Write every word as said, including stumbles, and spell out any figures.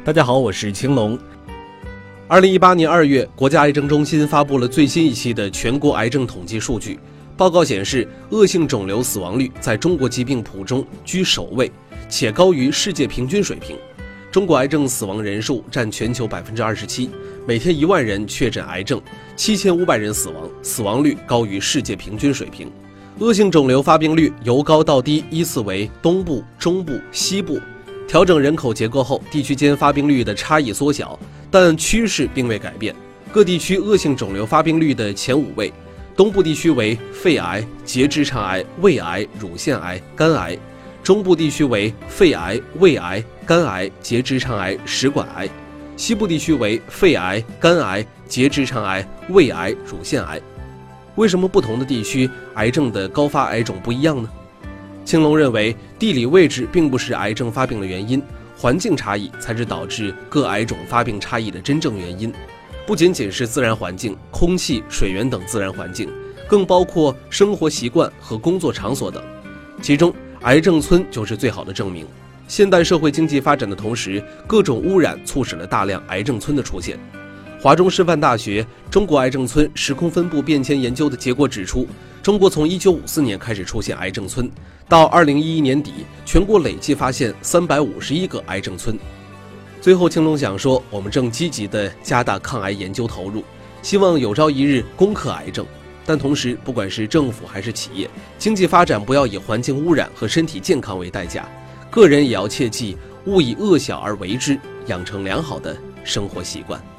大家好，我是青龙。二零一八年二月，国家癌症中心发布了最新一期的全国癌症统计数据。报告显示，恶性肿瘤死亡率在中国疾病谱中居首位，且高于世界平均水平。中国癌症死亡人数占全球百分之二十七，每天一万人确诊癌症，七千五百人死亡，死亡率高于世界平均水平。恶性肿瘤发病率由高到低依次为东部、中部、西部。调整人口结构后，地区间发病率的差异缩小，但趋势并未改变。各地区恶性肿瘤发病率的前五位，东部地区为肺癌、结直肠癌、胃癌、乳腺癌、肝癌；中部地区为肺癌、胃癌、肝癌、结直肠癌、食管癌；西部地区为肺癌、肝癌、结直肠癌、胃癌、乳腺癌。为什么不同的地区癌症的高发癌种不一样呢？青龙认为，地理位置并不是癌症发病的原因，环境差异才是导致各癌种发病差异的真正原因。不仅仅是自然环境、空气、水源等自然环境，更包括生活习惯和工作场所等。其中，癌症村就是最好的证明。现代社会经济发展的同时，各种污染促使了大量癌症村的出现。华中师范大学中国癌症村时空分布变迁研究的结果指出，中国从一九五四年开始出现癌症村，到二零一一年底，全国累计发现三百五十一个癌症村。最后，青龙想说，我们正积极地加大抗癌研究投入，希望有朝一日攻克癌症。但同时，不管是政府还是企业，经济发展不要以环境污染和身体健康为代价，个人也要切记勿以恶小而为之，养成良好的生活习惯。